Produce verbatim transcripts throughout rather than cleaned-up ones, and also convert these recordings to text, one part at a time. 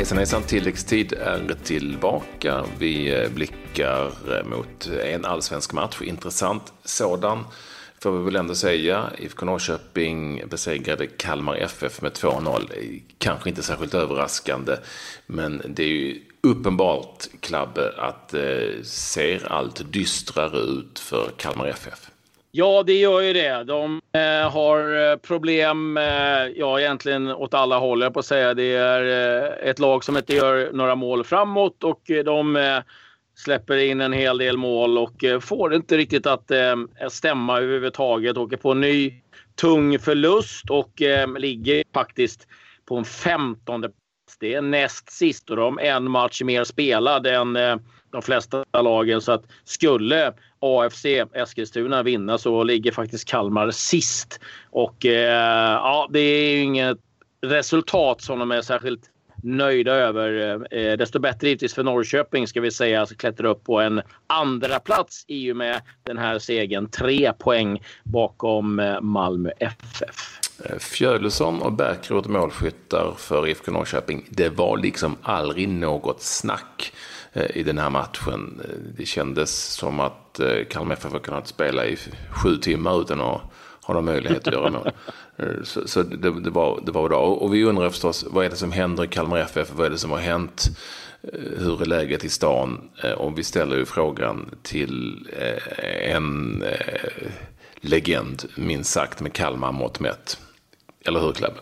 Hejsan hejsan, tilläggstid är tillbaka. Vi blickar mot en allsvensk match, intressant sådan får vi väl ändå säga. I F K Norrköping besegrade Kalmar F F med två noll. Kanske inte särskilt överraskande, men det är ju uppenbart, Klabbe, att det ser allt dystrare ut för Kalmar F F. Ja, det gör ju det. De eh, har problem, eh, ja egentligen åt alla håll jag på att säga. Det är eh, ett lag som inte gör några mål framåt och eh, de eh, släpper in en hel del mål och eh, får inte riktigt att eh, stämma överhuvudtaget. Åker på en ny tung förlust och eh, ligger faktiskt på en femtonde plats. Det är näst sist och de en match mer spelad än eh, de flesta lagen, så att skulle A F C Eskilstuna vinna så ligger faktiskt Kalmar sist och eh, ja, det är ju inget resultat som de är särskilt nöjda över. Eh, desto bättre givetvis för Norrköping ska vi säga, att klättra upp på en andra plats i och med den här segern, tre poäng bakom eh, Malmö F F. Fjölusson och Bärkroth målskyttar för I F K Norrköping. Det var liksom aldrig något snack i den här matchen. Det kändes som att Kalmar F F har kunnat spela i sju timmar utan att ha någon möjlighet att göra mål. Så, så det, det, var, det var bra. Och vi undrar förstås, vad är det som händer i Kalmar F F? Vad är det som har hänt? Hur är läget i stan? Och vi ställer ju frågan till en legend, minst sagt, med Kalmar mått mätt. Eller hur, Klabbe?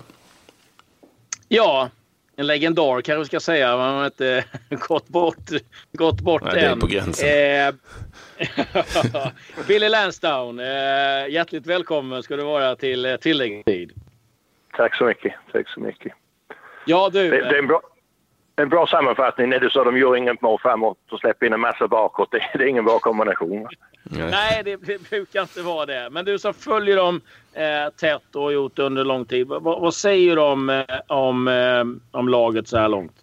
Ja, en legendar kanske vi ska säga. Man har inte gått bort, gått bort Nej, det är än. på gränsen. Eh, Billy Lansdowne, eh, hjärtligt välkommen ska du vara till eh, tilläggstid. Tack så mycket. Tack så mycket. Ja, du. Det, det är en bra, en bra sammanfattning när du sa att de gör inget mål framåt och släpper in en massa bakåt. Det, det är ingen bra kombination. Nej, Nej det, det brukar inte vara det. Men du som följer dem eh, tätt och har gjort under lång tid. V- vad säger du om, eh, om, eh, om laget så här långt?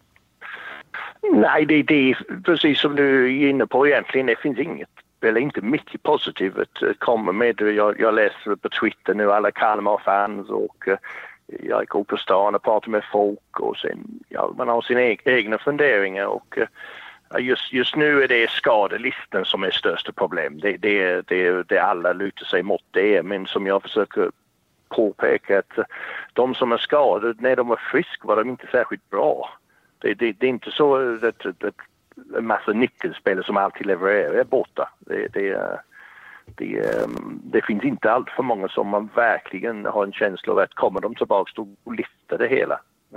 Nej, det, det är precis som du är inne på egentligen. Det finns inget, eller inte mycket positivt kommer med. Jag, jag läser på Twitter nu alla Kalmar-fans och eh, jag går på stan och pratar med folk och sen, ja, man har sina egna funderingar och eh, Just, just nu är det skadelistan som är största problem. Det, det, det, det alla lutar sig mot det. Men som jag försöker påpeka att de som är skadade, när de var friska var de inte särskilt bra. Det, det, det är inte så att, att, att en massa nyckelspelare som alltid levererar är borta. Det, det, det, det finns inte allt för många som man verkligen har en känsla av att kommer de tillbaka och lyfter det hela.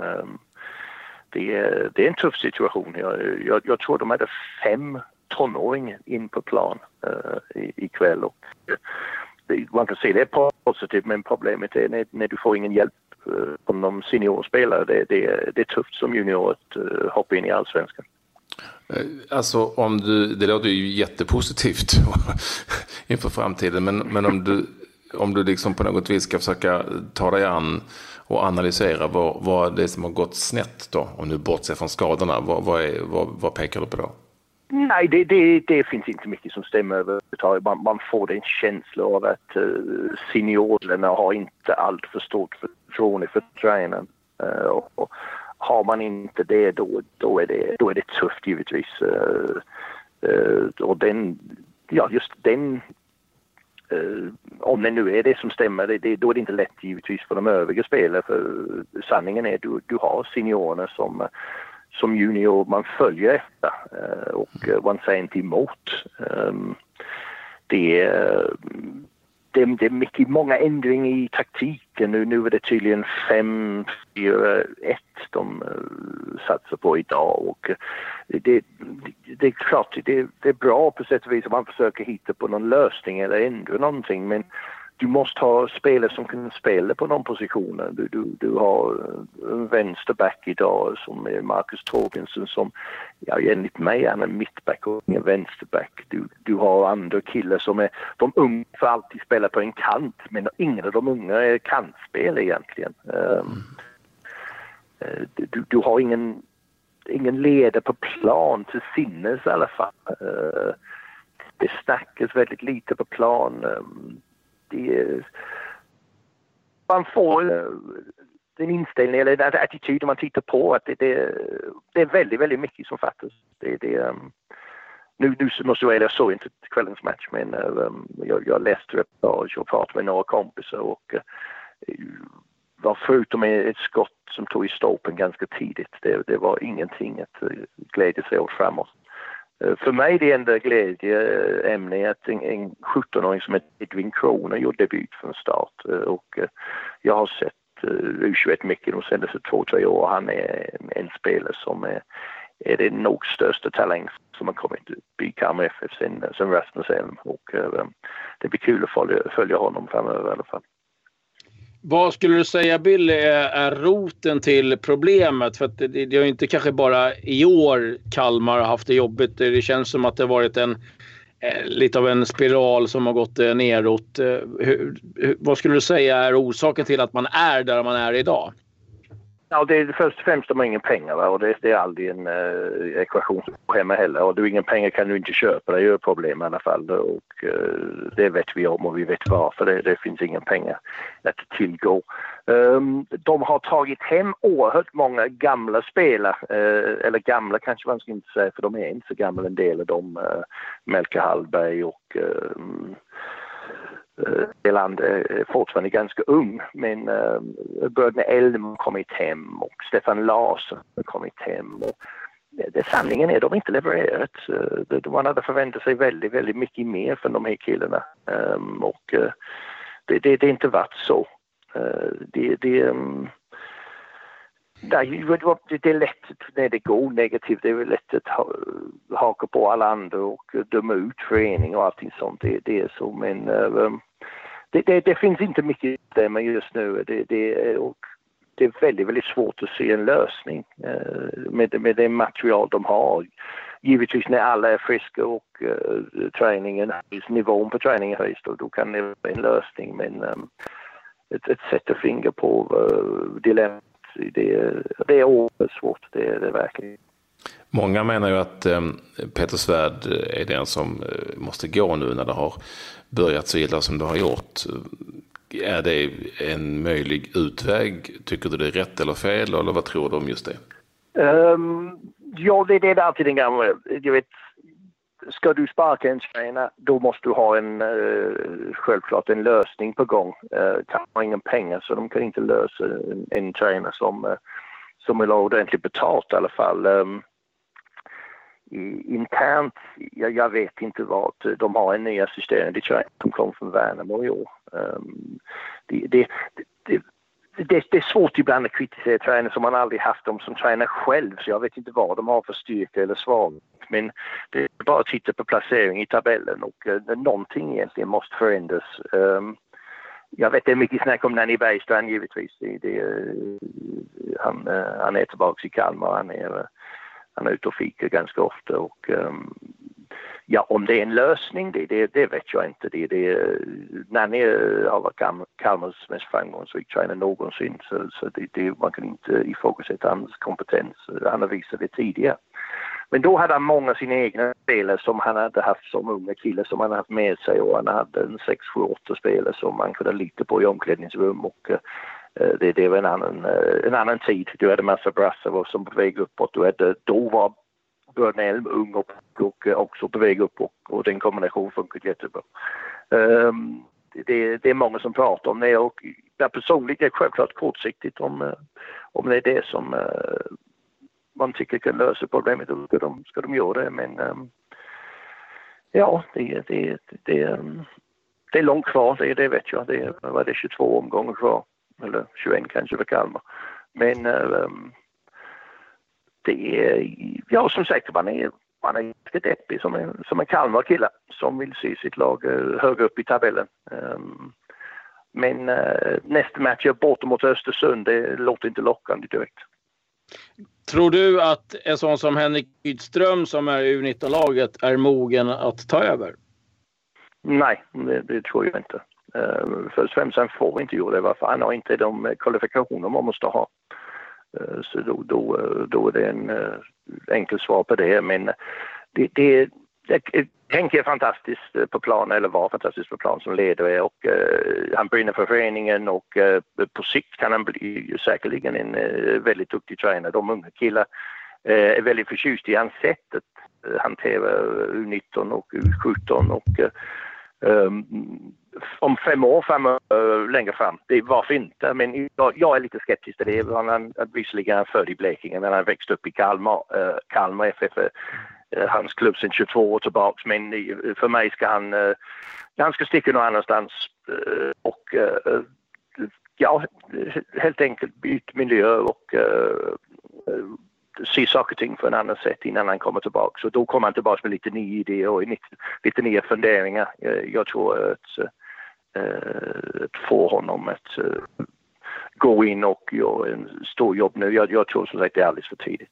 Det är, det är en tuff situation. Jag, jag, jag tror de hade fem tonåringar in på plan uh, ikväll. Och, uh, man kan se det är positivt, men problemet är när, när du får ingen hjälp uh, från de seniorspelare. Det, det, det är tufft som junior att uh, hoppa in i allsvenskan. Alltså, om du, det låter ju jättepositivt inför framtiden, men, men om du, om du liksom på något vis ska försöka ta dig an och analysera vad, vad det är som har gått snett då, om du bortser från skadorna, vad, vad, är, vad, vad pekar du på då? Nej, det, det, det finns inte mycket som stämmer överhuvudtaget. Man, man får en känsla av att uh, seniorerna har inte allt för stort förtroende för tränaren. Uh, och, och har man inte det, då, då, är det, då är det tufft givetvis. Uh, uh, och den, ja, just den Uh, om det nu är det som stämmer, det, det, då är det inte lätt givetvis för de övriga spelare, för sanningen är att du, du har seniorerna som, som junior man följer efter uh, och uh, man säger inte emot. Um, det, är, det, det är mycket, många ändringar i taktiken. Nu, nu är det tydligen fem fyra ett de uh, satsar på idag och uh, det, det, det är klart det, det är bra på sätt och vis om man försöker hitta på någon lösning eller ändra någonting, men du måste ha spelare som kan spela på någon position. Du, du, du har en vänsterback idag som är Marcus Torbensen som, ja, enligt mig är en mittback och en vänsterback. Du, du har andra killar som är, de unga får alltid spela på en kant, men ingen av de unga är kantspel egentligen. Um, du, du har ingen ingen ledare på plan till sinnes i alla fall. Uh, det snackas väldigt lite på plan. Um, det är, man får uh, en inställning eller en attityd man tittar på att det, det, det är väldigt, väldigt mycket som fattas. Det, det, um, nu, nu måste jag, jag såg inte kvällens match, men um, jag, jag läste reportage och pratade med några kompisar och uh, var förutom ett skott som tog i stolpen ganska tidigt. Det, det var ingenting att uh, glädja sig åt framåt. Uh, för mig det enda glädjeämne är att en, en sjutton-åring som heter Edwin Kroner gjorde debut från start uh, och uh, jag har sett U tjugoett mycket de senaste två, tre år. Han är en spelare som är, är det nog största talang som har kommit upp i Kalmar F F sen, sen Rasmus Elm. Och uh, det blir kul att följa, följa honom framöver i alla fall. Vad skulle du säga, Bill, är, är roten till problemet? För att det, det är ju inte kanske bara i år Kalmar har haft det jobbigt. Det känns som att det har varit en lite av en spiral som har gått neråt. Hur, hur, vad skulle du säga är orsaken till att man är där man är idag? Ja, det är först och främst de har ingen pengar, va? Och det, det är aldrig en uh, ekvation som skämmer heller. Och du har ingen pengar kan du inte köpa, det är ju ett problem i alla fall. Och uh, det vet vi om och vi vet varför. Det, det finns ingen pengar att tillgå. Um, de har tagit hem oerhört många gamla spelare, uh, eller gamla kanske man ska inte säga, för de är inte så gamla en del av dem. Uh, Melke Hallberg och uh, Eland är fortfarande ganska ung, men uh, Börne Elm har kommit hem och Stefan Larsson har kommit hem och det, det sanningen är de har inte levererat. Uh, det, man hade förväntat sig väldigt, väldigt mycket mer från de här killarna um, och uh, det, det, det är inte varit så. Uh, det, det, um, det, det är lätt när det går negativt, det är lätt att ha, haka på alla andra och döma ut förening och allting sånt. Det, det är så, men uh, det, det, det finns inte mycket där men just nu. Det, det, och det är väldigt, väldigt svårt att se en lösning uh, med, med det material de har. Givetvis när alla är friska och uh, träningen, nivån på träningen höjs, då, då kan det vara en lösning, men um, ett, ett sätt att fingra på uh, dilemmat. Det, det är oerhört svårt, det är det verkligen. Många menar ju att eh, Peter Svärd är den som eh, måste gå nu när det har börjat så illa som det har gjort. Är det en möjlig utväg? Tycker du det är rätt eller fel? Eller vad tror du om just det? Um, ja, det, det är alltid den gamla. Jag vet, ska du sparka en tränare, då måste du ha en uh, självklart en lösning på gång. Uh, kan ha ingen pengar så de kan inte lösa en, en tränare som, uh, som vill ha ordentligt betalt i alla fall. Um, i, internt, jag, jag vet inte vad, de har en ny assisterande tränare som kom från Värnamo i år. Um, det, det, det, det, det är svårt ibland att kritisera tränare som man aldrig haft dem som tränare själv, så jag vet inte vad de har för styrka eller svaghet. Men det är bara att titta på placering i tabellen och uh, någonting egentligen måste förändras. Um, jag vet det är mycket snack om Nanny Bergstrand givetvis. Det, det, uh, han, uh, han är tillbaka i Kalmar, han är, uh, han är ute och fikar ganska ofta och um, ja, om det är en lösning, det, det, det vet jag inte. Det, det, Nanny har varit Kalmars mest framgångsrik tränare någonsin, så, så det, det, man kan inte ifrågasätta hans kompetens. Han har visat det tidigare. Men då hade han många av sina egna spelare som han hade haft som unga killar som han hade haft med sig, och han hade en sex, sju, åtta spelare som man kunde lita på i omklädningsrum, och uh, det, det var en annan, uh, en annan tid. Du hade massa brassar som på väg uppåt. Du hade, då var Börne Elm ung och, och också på väg upp, och, och den kombinationen funkar jättebra. Um, det, det är många som pratar om det, och där personligt är det självklart kortsiktigt om, om det är det som uh, man tycker kan lösa problemet, då ska de, ska de göra det. Men um, ja, det, det, det, um, det är långt kvar, det, det vet jag. Det var det tjugotvå omgångar kvar, eller tjugoett kanske för Kalmar. Men um, det är, ja som sagt, man är, man är ganska deppig som en, som en Kalmar-kille som vill se sitt lag uh, högre upp i tabellen. Um, men uh, nästa match är borta mot Östersund, det låter inte lockande direkt. Tror du att en sån som Henrik Rydström som är i U nitton-laget är mogen att ta över? Nej, det, det tror jag inte. Uh, först och främst han får inte göra det, varför han har inte de kvalifikationer man måste ha. Uh, så då, då, då är det en uh, enkel svar på det. Men det, det, Henk är fantastiskt på plan, eller var fantastiskt på plan som ledare, och uh, han brinner för föreningen, och uh, på sikt kan han bli ju säkerligen en uh, väldigt duktig tränare. De unga killar uh, är väldigt förtjust i hans sättet uh, hantera U nitton och U sjutton, och uh, um, om fem år fram, uh, längre fram, det, varför inte? Men jag, jag är lite skeptisk till det. Han är visserligen född i Blekinge, men han växte upp i Kalmar, uh, Kalmar F F, uh, hans klubb sedan tjugotvå år tillbaka, men för mig ska han, han ska sticka någon annanstans och ja, helt enkelt byta miljö och se saker och ting på en annan sätt innan han kommer tillbaka. Så då kommer han tillbaka med lite nya idéer och lite nya funderingar. Jag tror att, att få honom att gå in och göra en stor jobb nu. Jag, jag tror som sagt det är alldeles för tidigt.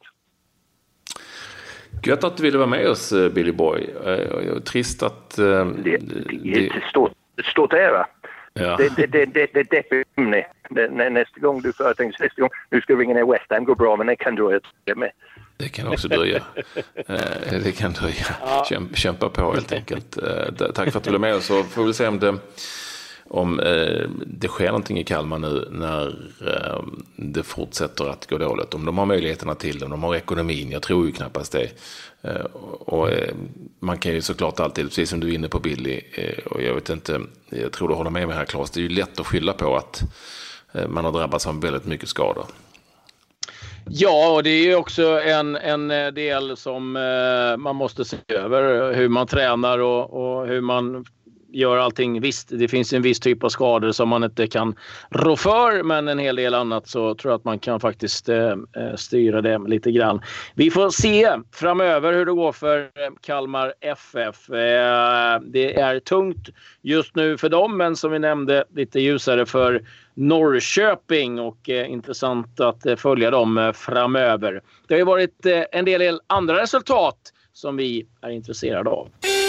Gött att du ville vara med oss, Billy Boy. Trist att... Uh, det, det är ett stort, ett stort ära. Ja. Det, det, det, det, det, det, det, det, nästa gång du företänks, nästa gång nu ska ringa ner West Ham, går bra, men det kan dröja med. Det kan också dröja. Det kan dröja. Ja. Kämpa, kämpa på helt enkelt. Tack för att du ville med oss, och får vi se om det... om eh, det sker någonting i Kalmar nu när eh, det fortsätter att gå dåligt. Om de har möjligheterna till det, om de har ekonomin, jag tror ju knappast det. Eh, och eh, man kan ju såklart alltid, precis som du är inne på Billy, eh, och jag vet inte, jag tror du håller med mig här Claes, det är ju lätt att skylla på att eh, man har drabbats av väldigt mycket skador. Ja, och det är ju också en, en del som eh, man måste se över, hur man tränar och, och hur man gör allting. Visst, det finns en viss typ av skador som man inte kan rå för, men en hel del annat så tror jag att man kan faktiskt eh, styra det lite grann. Vi får se framöver hur det går för Kalmar F F. Eh, det är tungt just nu för dem, men som vi nämnde lite ljusare för Norrköping, och eh, intressant att eh, följa dem eh, framöver. Det har ju varit eh, en del andra resultat som vi är intresserade av.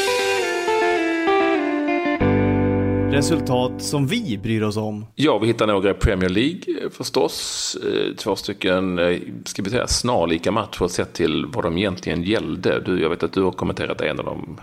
Resultat som vi bryr oss om. Ja, vi hittar några i Premier League förstås. Två stycken, ska vi säga, snarlika matcher sett till vad de egentligen gällde. Du, jag vet att du har kommenterat en av dem.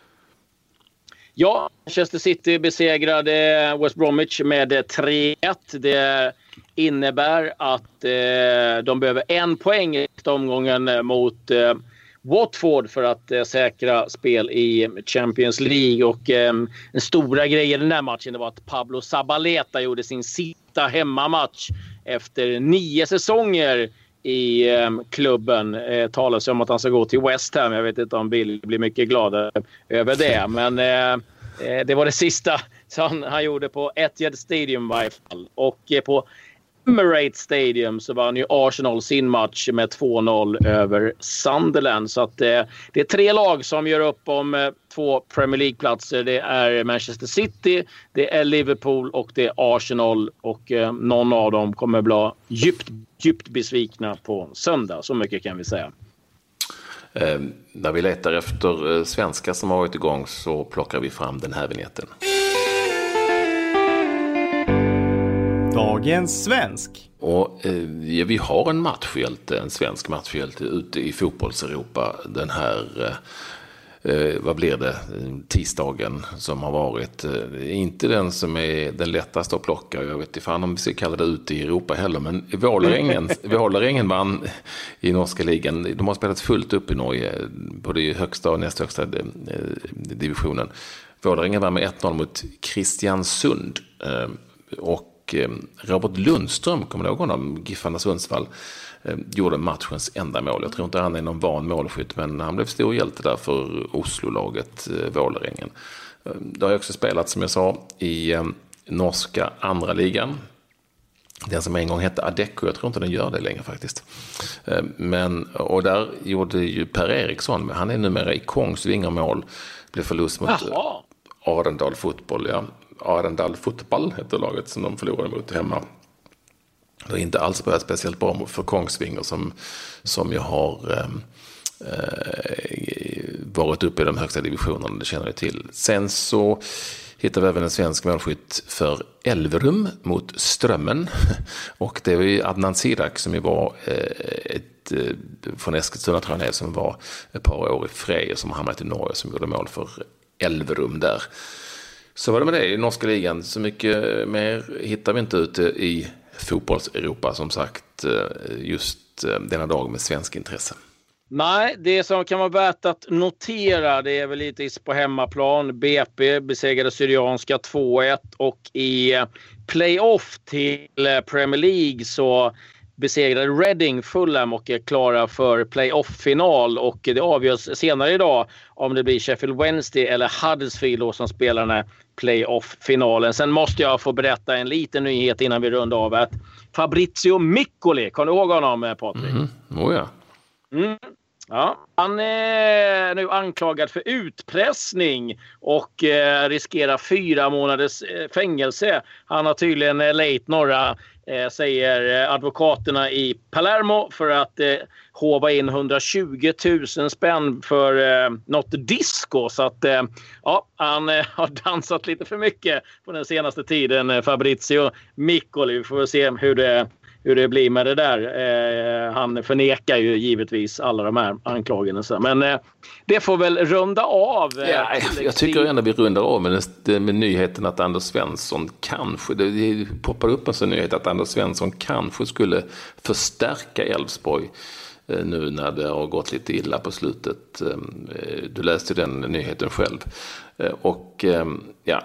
Ja, Manchester City besegrade West Bromwich med tre ett. Det innebär att eh, de behöver en poäng i omgången mot eh, Watford för att eh, säkra spel i Champions League. Och eh, den stora grejen i den här matchen, det var att Pablo Zabaleta gjorde sin sista hemmamatch efter nio säsonger i eh, klubben. Eh, talas om att han ska gå till West Ham. Jag vet inte om Bill blir mycket glad över det, men eh, eh, det var det sista som han, han gjorde på Etihad Stadium i varje fall. Och eh, på Emirates Stadium så vann ju Arsenal sin match med två noll över Sunderland. Så att eh, det är tre lag som gör upp om eh, två Premier League-platser. Det är Manchester City, det är Liverpool och det är Arsenal. Och eh, någon av dem kommer bli djupt, djupt besvikna på söndag. Så mycket kan vi säga. Eh, när vi letar efter eh, svenskar som har varit igång så plockar vi fram den här vignetten. Dagens svensk. Och eh, ja, vi har en matchhjälte, en svensk matchhjälte ute i fotbollseuropa den här, eh, vad blir det, tisdagen som har varit. Eh, inte den som är den lättaste att plocka, jag vet inte fan om vi ska kalla det ute i Europa heller, men Vålerengen, Vålerengen vann i norska ligan. De har spelat fullt upp i Norge, både i högsta och näst högsta eh, divisionen. Vålerengen vann med ett noll mot Kristiansund, eh, och Robert Lundström, kommer du ihåg honom, Giffarna Sundsvall, gjorde matchens enda mål. Jag tror inte han är någon van målskytt, men han blev stor hjälte där för Oslo-laget Vålerengen. Det har också spelat, som jag sa, i norska andra ligan. Den som en gång hette Adecco, jag tror inte den gör det längre faktiskt. Men, och där gjorde ju Per Eriksson, men han är numera i Kongsvinger mål, blev förlust mot Aha. Arendal Fotboll, ja. Arendal Fotboll heter laget som de förlorade mot hemma. Det har inte alls börjat speciellt bra för Kongsvinger som, som jag har eh, varit uppe i de högsta divisionerna, det känner jag till. Sen så hittade vi även en svensk målskytt för Elverum mot Strömmen. Och det var ju Adnan Sidak som ju var ett, från Eskilstuna tror jag han är, som var ett par år i Frej och som hamnat i Norge, som gjorde mål för Elverum där. Så var det med det i norska ligan. Så mycket mer hittar vi inte ute i fotbolls-Europa, som sagt, just denna dag med svensk intresse. Nej, det som kan vara värt att notera, det är väl lite på hemmaplan. B P besegrade Syrianska två ett och i playoff till Premier League så besegrade Reading Fulham och är klara för playoff-final, och det avgörs senare idag om det blir Sheffield Wednesday eller Huddersfield då som spelar den här playoff-finalen. Sen måste jag få berätta en liten nyhet innan vi rundar av. Att Fabrizio Miccoli, kan du ihåg honom, Patrik? Mm. Oh ja. Mm. Ja, han är nu anklagad för utpressning och eh, riskerar fyra månaders eh, fängelse. Han har tydligen eh, lejt några, eh, säger eh, advokaterna i Palermo, för att eh, håva in hundratjugo tusen spänn för eh, något disco. Så att eh, ja, han eh, har dansat lite för mycket på den senaste tiden, eh, Fabrizio Miccoli. Vi får se hur det hur det blir med det där. Eh, han förnekar ju givetvis alla de här anklagelserna. Men eh, det får väl runda av. Eh, ja, jag tycker ändå vi rundar av med, med nyheten att Anders Svensson kanske, det, det poppade upp en sån nyhet att Anders Svensson kanske skulle förstärka Elfsborg eh, nu när det har gått lite illa på slutet. Eh, du läste den nyheten själv. Eh, och eh, ja...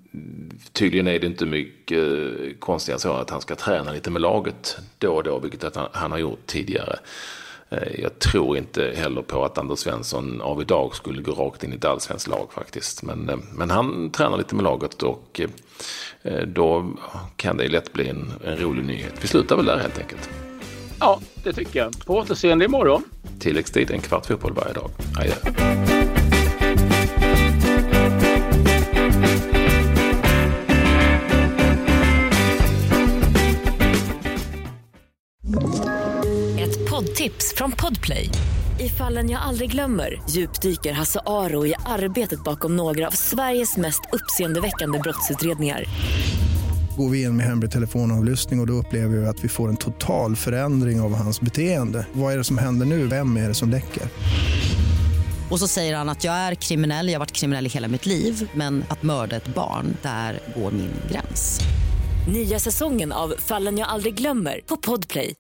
Tydligen är det inte mycket konstigt så att han ska träna lite med laget då och då, vilket han, han har gjort tidigare. Jag tror inte heller på att Anders Svensson av idag skulle gå rakt in i ett allsvenskt lag faktiskt. Men, men han tränar lite med laget, och då kan det lätt bli en, en rolig nyhet. Vi slutar väl där helt enkelt. Ja, det tycker jag. På återseende imorgon. Tilläggstid, en kvart fotboll varje dag. Adjö. Tips från Podplay. I Fallen jag aldrig glömmer djupdyker Hasse Aro i arbetet bakom några av Sveriges mest uppseendeväckande brottsutredningar. Går vi in med hemlig telefonavlyssning och, och då upplever vi att vi får en total förändring av hans beteende. Vad är det som händer nu? Vem är det som läcker? Och så säger han att jag är kriminell, jag har varit kriminell i hela mitt liv, men att mörda ett barn, där går min gräns. Nya säsongen av Fallen jag aldrig glömmer på Podplay.